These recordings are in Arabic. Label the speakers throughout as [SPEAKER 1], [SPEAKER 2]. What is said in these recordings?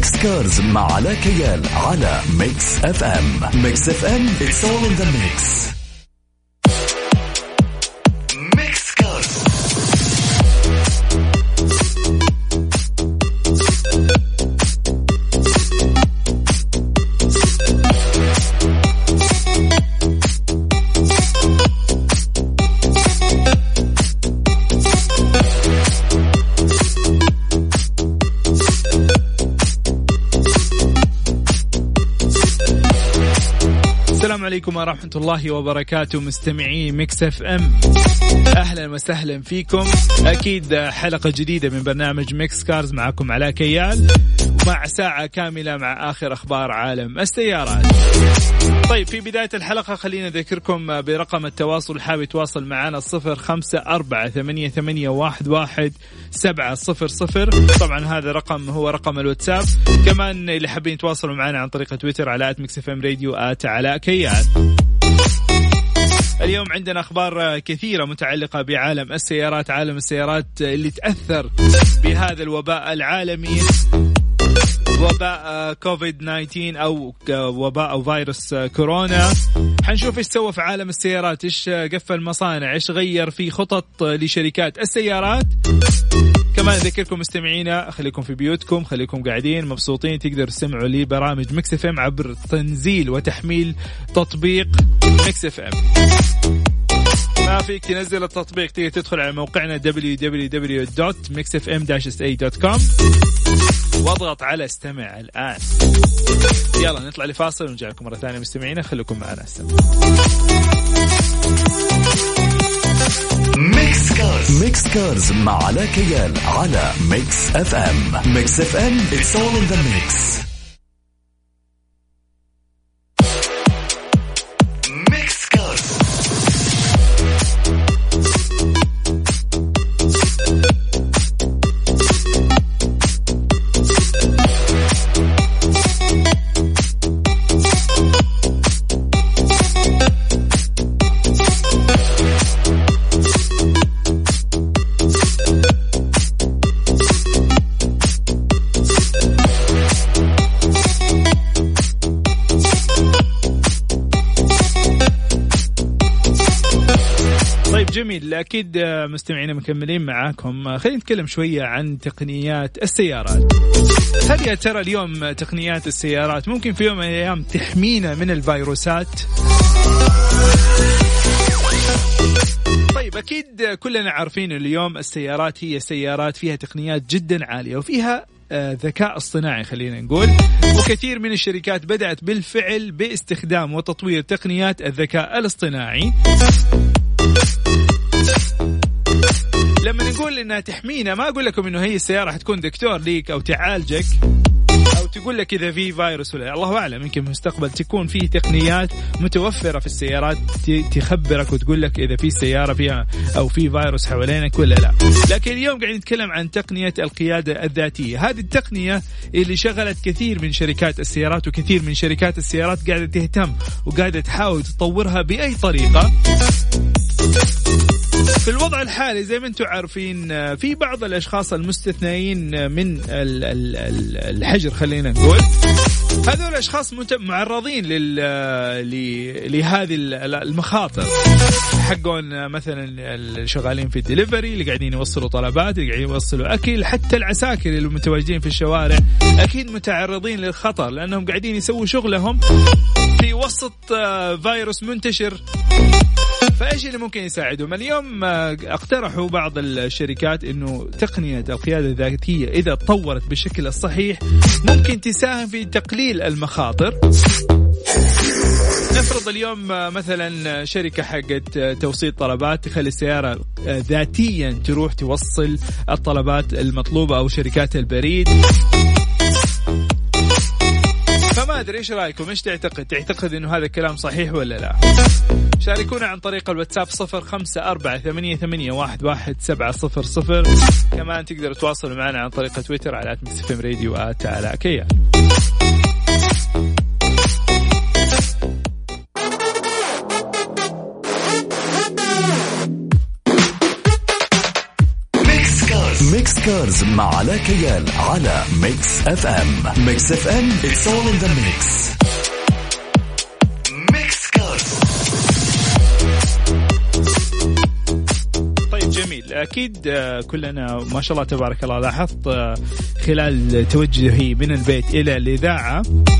[SPEAKER 1] ميكس كارز مع علاء كيال على ميكس اف ام. ميكس اف ام it's all in the mix. ميكس كارز.
[SPEAKER 2] السلام عليكم ورحمة الله وبركاته مستمعي ميكس اف ام، أهلا وسهلا فيكم. أكيد حلقة جديدة من برنامج ميكس كارز، معكم علاء كيال مع ساعة كاملة مع آخر أخبار عالم السيارات. طيب في بداية الحلقة خلينا نذكركم برقم التواصل، حاب يتواصل معنا 0548811700. طبعا هذا رقم هو رقم الواتساب. كمان اللي حابين يتواصلوا معنا عن طريق تويتر على @mixfmradio @علاء كيال. اليوم عندنا أخبار كثيرة متعلقة بعالم السيارات، عالم السيارات اللي تأثر بهذا الوباء العالمي، وباء كوفيد 19 أو وباء أو فيروس كورونا. حنشوف إيش سوى في عالم السيارات، إيش قفل مصانع، إيش غير في خطط لشركات السيارات. كمان أذكركم مستمعينا خليكم في بيوتكم، خليكم قاعدين مبسوطين، تقدروا تسمعوا لي برامج ميكس اف ام عبر تنزيل وتحميل تطبيق ميكس اف ام. ما فيك تنزل التطبيق، تقدر تدخل على موقعنا www.mixfm-sa.com واضغط على استمع الآن. يلا نطلع لفاصل ونرجع لكم مرة ثانية مستمعينا، خليكم معنا.
[SPEAKER 1] ميكس كارز مع علاء كيال على ميكس اف ام. ميكس اف ام it's all in the mix. ميكس كارز.
[SPEAKER 2] جميل، أكيد مستمعين مكملين معاكم. خلينا نتكلم شوية عن تقنيات السيارات. هل يا ترى اليوم تقنيات السيارات ممكن في يوم من الأيام تحمينا من الفيروسات؟ طيب أكيد كلنا عارفين اليوم السيارات هي سيارات فيها تقنيات جدا عالية وفيها ذكاء اصطناعي خلينا نقول، وكثير من الشركات بدأت بالفعل باستخدام وتطوير تقنيات الذكاء الاصطناعي. لما نقول إنها تحمينا، ما أقول لكم إنه هي السيارة حتكون دكتور ليك أو تعالجك أو تقول لك إذا في فيروس ولا، الله أعلم، يمكن في المستقبل تكون فيه تقنيات متوفرة في السيارات تخبرك وتقول لك إذا في سيارة فيها أو في فيروس حوالينك ولا لا. لكن اليوم قاعدين نتكلم عن تقنية القيادة الذاتية. هذه التقنية اللي شغلت كثير من شركات السيارات، وكثير من شركات السيارات قاعدة تهتم وقاعدة تحاول تطورها بأي طريقة. في الوضع الحالي زي ما انتم عارفين في بعض الأشخاص المستثنين من الحجر خلينا نقول، هذول الأشخاص معرضين لهذه المخاطر. حقون مثلا الشغالين في الدليفري اللي قاعدين يوصلوا طلبات، اللي قاعدين يوصلوا أكل، حتى العساكر اللي متواجدين في الشوارع أكيد متعرضين للخطر، لأنهم قاعدين يسووا شغلهم في وسط فيروس منتشر. فإيش اللي ممكن يساعدهم؟ اليوم اقترحوا بعض الشركات إنه تقنية القيادة الذاتية إذا تطورت بالشكل الصحيح ممكن تساهم في تقليل المخاطر. نفرض اليوم مثلا شركة حقت توصيل طلبات تخلي السيارة ذاتيا تروح توصل الطلبات المطلوبة، أو شركات البريد. فما أدري إيش رأيكم، إيش تعتقد إنه هذا الكلام صحيح ولا لا؟ شاركونا عن طريق الواتساب 0548811700. كمان تقدروا تواصلوا معنا عن طريق تويتر على @mixfmradio @علاء كيال.
[SPEAKER 1] ميكس كارز كارز مع علاء كيال على ميكس اف ام. ميكس اف ام it's all in the mix. ميكس كارز.
[SPEAKER 2] طيب جميل، أكيد كلنا ما شاء الله تبارك الله لاحظت خلال توجهي من البيت إلى الإذاعة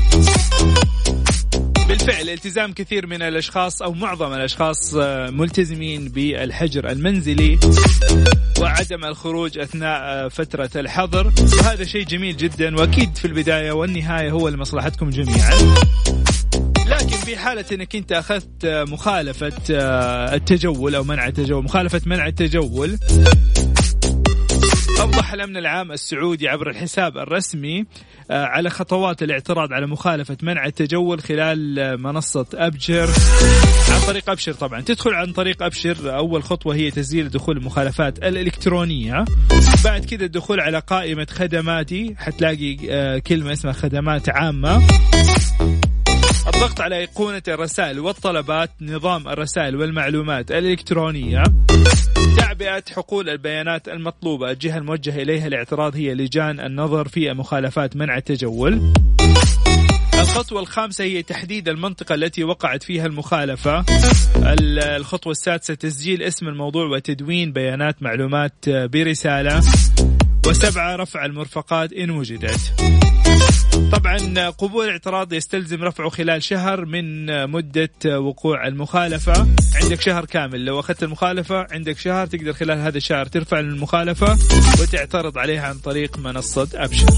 [SPEAKER 2] بالفعل التزام كثير من الأشخاص أو معظم الأشخاص ملتزمين بالحجر المنزلي وعدم الخروج أثناء فترة الحظر، وهذا شيء جميل جدا، وأكيد في البداية والنهاية هو لمصلحتكم جميعا. لكن في حالة أنك أنت أخذت مخالفة التجول أو منع التجول، مخالفة منع التجول، أوضح الأمن العام السعودي عبر الحساب الرسمي على خطوات الاعتراض على مخالفة منع التجول خلال منصة أبشر عن طريق أبشر. طبعا تدخل عن طريق أبشر، أول خطوة هي تسجيل دخول المخالفات الإلكترونية، بعد كده الدخول على قائمة خدماتي، حتلاقي كلمة اسمها خدمات عامة، الضغط على أيقونة الرسائل والطلبات، نظام الرسائل والمعلومات الإلكترونية، تعبئة حقول البيانات المطلوبة. الجهة الموجهة إليها الاعتراض هي لجان النظر في مخالفات منع التجول. الخطوة الخامسة هي تحديد المنطقة التي وقعت فيها المخالفة. الخطوة السادسة تسجيل اسم الموضوع وتدوين بيانات معلومات برسالة. وسبعة رفع المرفقات إن وجدت. طبعا قبول الاعتراض يستلزم رفعه خلال شهر من مدة وقوع المخالفة. عندك شهر كامل، لو أخذت المخالفة عندك شهر، تقدر خلال هذا الشهر ترفع المخالفة وتعترض عليها عن طريق منصة أبشر.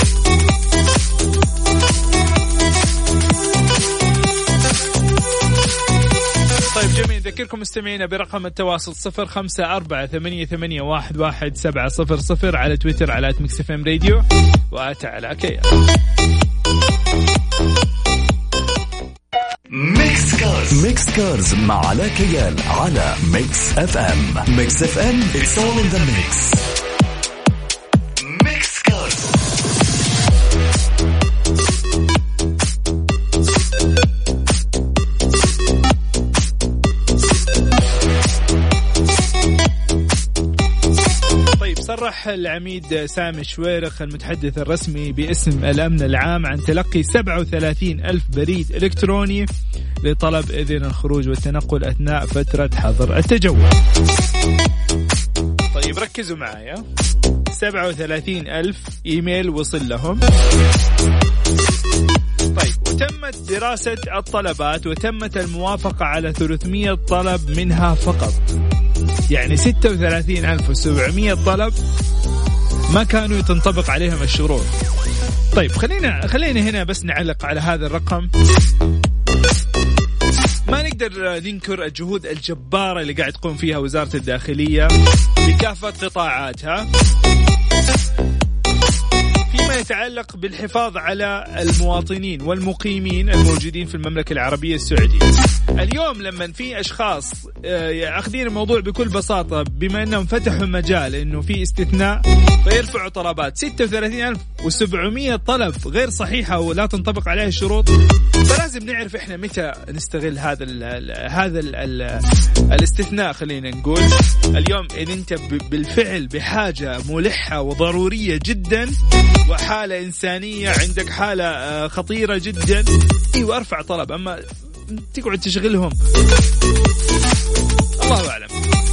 [SPEAKER 2] طيب جميل، ذكركم مستمعينا برقم التواصل 0548811700 على تويتر على @mixfm radio وعلى كيال.
[SPEAKER 1] ميكس كارز مع علاء كيال على ميكس اف ام. ميكس اف ام it's all in the mix. ميكس كارز.
[SPEAKER 2] صرح العميد سامي شويرخ المتحدث الرسمي باسم الأمن العام عن تلقي 37,000 بريد إلكتروني لطلب إذن الخروج والتنقل أثناء فترة حظر التجول. طيب ركزوا معايا، 37,000 إيميل وصل لهم. طيب وتمت دراسة الطلبات وتمت الموافقة على 300 طلب منها فقط، يعني 36,700 طلب ما كانوا تنطبق عليهم الشروط. طيب خلينا هنا بس نعلق على هذا الرقم. ما نقدر ننكر الجهود الجبارة اللي قاعد تقوم فيها وزارة الداخلية بكافة قطاعاتها فيما يتعلق بالحفاظ على المواطنين والمقيمين الموجودين في المملكة العربية السعودية. اليوم لما في أشخاص أخذين الموضوع بكل بساطة، بما أنهم فتحوا مجال أنه في استثناء فيرفعوا طلبات 36,700 طلب غير صحيحة ولا تنطبق عليها الشروط، فلازم نعرف إحنا متى نستغل هذا الاستثناء. خلينا نقول اليوم إن أنت بالفعل بحاجة ملحة وضرورية جدا وحالة إنسانية، عندك حالة خطيرة جدا، أيوة أرفع طلب، أما تقعد تشغلهم الله أعلم.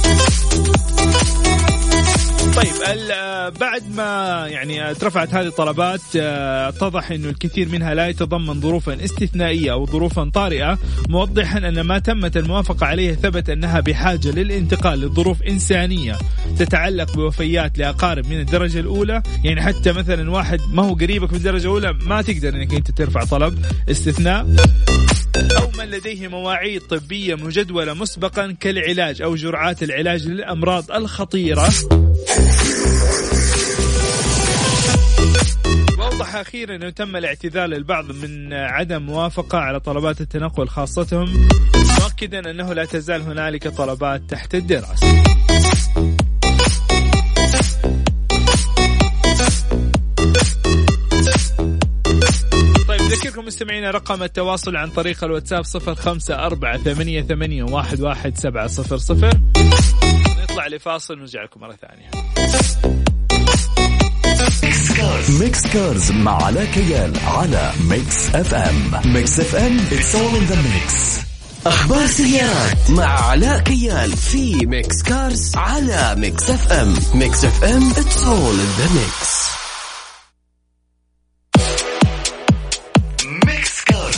[SPEAKER 2] طيب بعد ما يعني اترفعت هذه الطلبات اتضح انه الكثير منها لا يتضمن ظروفا استثنائية او ظروفا طارئة، موضحا ان ما تمت الموافقة عليه ثبت انها بحاجة للانتقال لظروف انسانية تتعلق بوفيات لاقارب من الدرجة الاولى. يعني حتى مثلا واحد ما هو قريبك من الدرجة الاولى ما تقدر انك انت ترفع طلب استثناء، أو من لديه مواعيد طبية مجدولة مسبقا كالعلاج أو جرعات العلاج للأمراض الخطيرة. وأوضح أخيرا أنه تم الاعتذار للبعض من عدم موافقة على طلبات التنقل خاصتهم، مؤكدا أنه لا تزال هنالك طلبات تحت الدراسة. ذكركم مستمعينا رقم التواصل عن طريق الواتساب 0548811700. نطلع لفاصل ونرجع لكم مرة ثانية.
[SPEAKER 1] ميكس كارز مع علاء كيال على ميكس اف ام. ميكس اف ام it's all in the mix.
[SPEAKER 3] أخبار سيارات مع علاء كيال في ميكس كارز على ميكس اف ام. ميكس اف ام it's all in the mix.
[SPEAKER 1] ميكس كارز.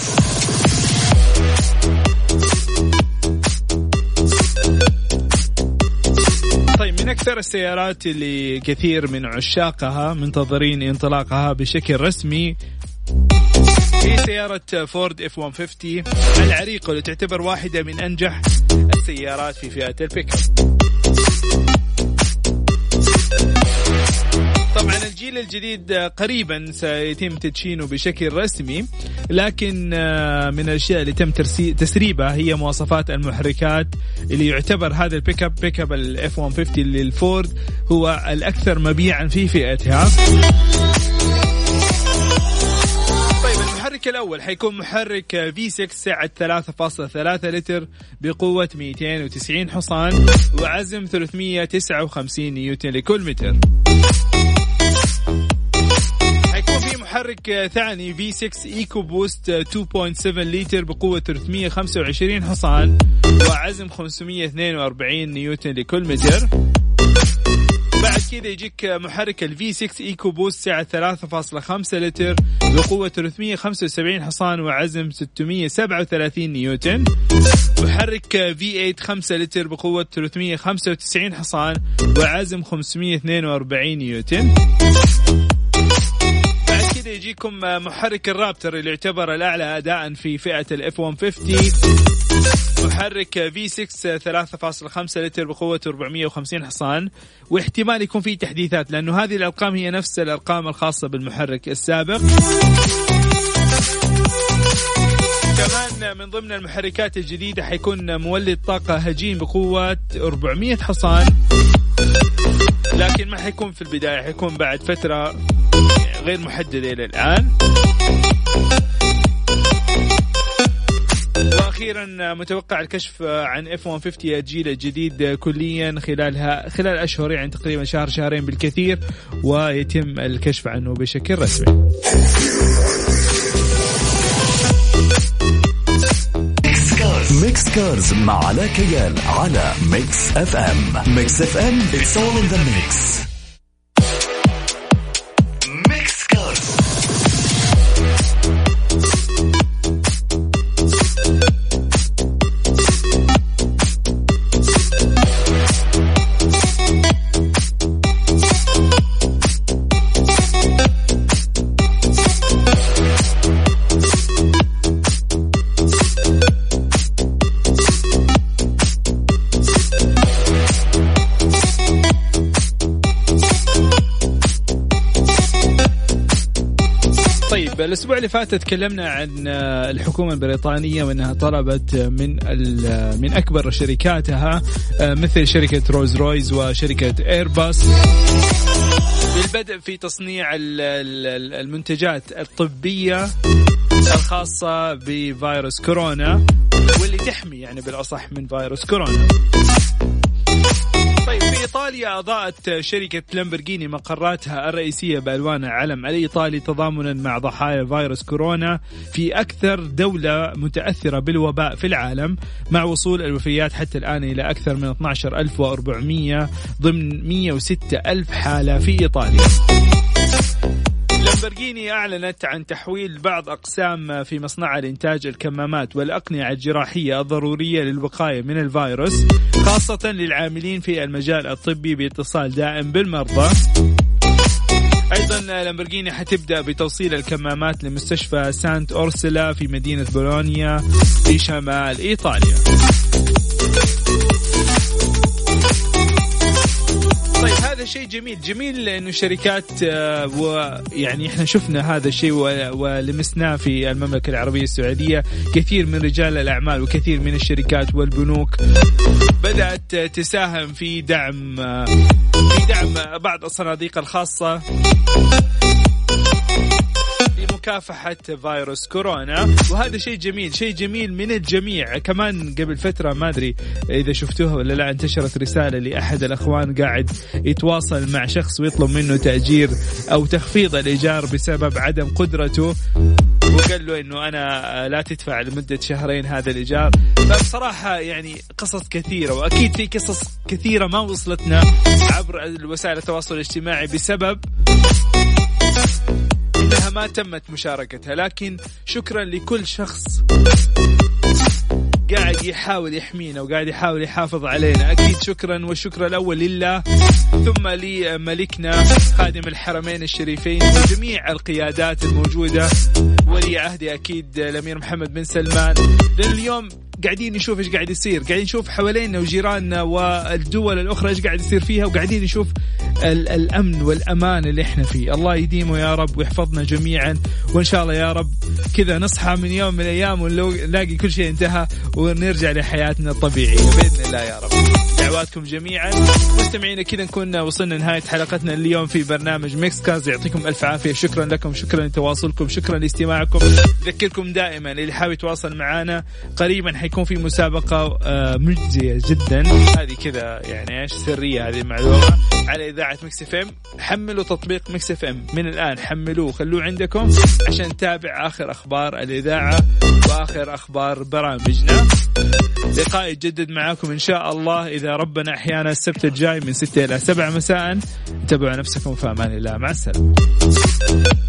[SPEAKER 2] طيب، من أكثر السيارات اللي كثير من عشاقها منتظرين انطلاقها بشكل رسمي هي سيارة فورد F-150 العريقة، اللي تعتبر واحدة من أنجح السيارات في فئة البيك اب. طبعا الجيل الجديد قريبا سيتم تدشينه بشكل رسمي، لكن من الأشياء اللي تم تسريبها هي مواصفات المحركات، اللي يعتبر هذا البيك اب F-150 للفورد هو الأكثر مبيعا في فئتها. المحرك الأول حيكون محرك V6 سعة 3.3 لتر بقوة 290 حصان وعزم 359 نيوتن لكل متر. حيكون في محرك ثاني V6 إيكو بوست 2.7 لتر بقوة 325 حصان وعزم 542 نيوتن لكل متر. بعد كذا يجيك محرك ال V6 إيكو بوست سعة 3.5 لتر بقوة 375 حصان وعزم 637 نيوتن. محرك V8 5 لتر بقوة 395 حصان وعزم 542 نيوتن. بعد كذا يجيكم محرك الرابتر اللي يعتبر الأعلى أداء في فئة ال F-150، محرك V6 3.5 لتر بقوة 450 حصان، واحتمال يكون فيه تحديثات لأنه هذه الأرقام هي نفس الأرقام الخاصة بالمحرك السابق. كمان من ضمن المحركات الجديدة حيكون مولد طاقة هجين بقوة 400 حصان، لكن ما حيكون في البداية، حيكون بعد فترة غير محددة إلى الآن. وأخيرا متوقع الكشف عن F-150 الجيل الجديد كليا خلال أشهر، يعني تقريبا شهرين بالكثير، ويتم الكشف عنه بشكل رسمي.
[SPEAKER 1] ميكس كارز مع علاء كيال على ميكس اف ام. ميكس اف ام it's all in the mix. ميكس كارز.
[SPEAKER 2] الأسبوع اللي فات تكلمنا عن الحكومة البريطانية وأنها طلبت من أكبر شركاتها مثل شركة روز رويز وشركة إيرباص بالبدء في تصنيع المنتجات الطبية الخاصة بفيروس كورونا، واللي تحمي يعني بالأصح من فيروس كورونا. طيب، في إيطاليا أضاءت شركة لامبورغيني مقراتها الرئيسية بألوان العلم الإيطالي تضامنا مع ضحايا فيروس كورونا في أكثر دولة متأثرة بالوباء في العالم، مع وصول الوفيات حتى الآن إلى أكثر من 12,400 ضمن 106,000 حالة في إيطاليا. لامبورغيني أعلنت عن تحويل بعض أقسام في مصنع الإنتاج الكمامات والأقنعة الجراحية الضرورية للوقاية من الفيروس، خاصة للعاملين في المجال الطبي باتصال دائم بالمرضى. أيضا لامبورغيني حتبدأ بتوصيل الكمامات لمستشفى سانت أورسلا في مدينة بولونيا في شمال إيطاليا. طيب، هذا شيء جميل لأنه شركات ويعني احنا شفنا هذا الشيء ولمسناه في المملكة العربية السعودية، كثير من رجال الأعمال وكثير من الشركات والبنوك بدأت تساهم في دعم بعض الصناديق الخاصة لمكافحة فيروس كورونا، وهذا شيء جميل، شيء جميل من الجميع. كمان قبل فترة ما أدري إذا شفتوها ولا لا، انتشرت رسالة لأحد الأخوان قاعد يتواصل مع شخص ويطلب منه تأجير أو تخفيض الإيجار بسبب عدم قدرته، وقال له إنه أنا لا تدفع لمدة شهرين هذا الإيجار. فبصراحة يعني قصص كثيرة، وأكيد في قصص كثيرة ما وصلتنا عبر وسائل التواصل الاجتماعي بسبب إنها ما تمت مشاركتها. لكن شكرا لكل شخص قاعد يحاول يحمينا وقاعد يحاول يحافظ علينا. أكيد شكرا، والشكر الأول لله، ثم لملكنا خادم الحرمين الشريفين وجميع القيادات الموجودة، ولي عهدي أكيد الأمير محمد بن سلمان. لأن اليوم قاعدين نشوف إيش قاعد يصير، قاعدين نشوف حوالينا وجيراننا والدول الأخرى إيش قاعد يصير فيها، وقاعدين نشوف الأمن والأمان اللي إحنا فيه. الله يديمه يا رب ويحفظنا جميعا، وإن شاء الله يا رب كذا نصحى من يوم من الأيام ونلاقي كل شيء انتهى ونرجع لحياتنا الطبيعية بإذن الله يا رب. دعواتكم جميعا مستمعين. كذا نكون وصلنا نهاية حلقتنا اليوم في برنامج ميكس كارز. يعطيكم ألف عافية، شكرا لكم، شكرا لتواصلكم، شكرا لاستماعكم. أذكركم دائما اللي حابب يتواصل معنا قريبا حيكون في مسابقة مجزية جدا، هذه كذا يعني ايش سرية هذه المعلومة، على إذاعة ميكس اف ام. حملوا تطبيق ميكس اف ام من الآن، حملوه خلوه عندكم عشان نتابع آخر أخبار الإذاعة وآخر أخبار برامجنا. لقاء يتجدد معاكم إن شاء الله إذا ربنا أحيانا السبت الجاي من 6 إلى 7 مساء. تابعوا نفسكم في أمان الله، مع السلامة.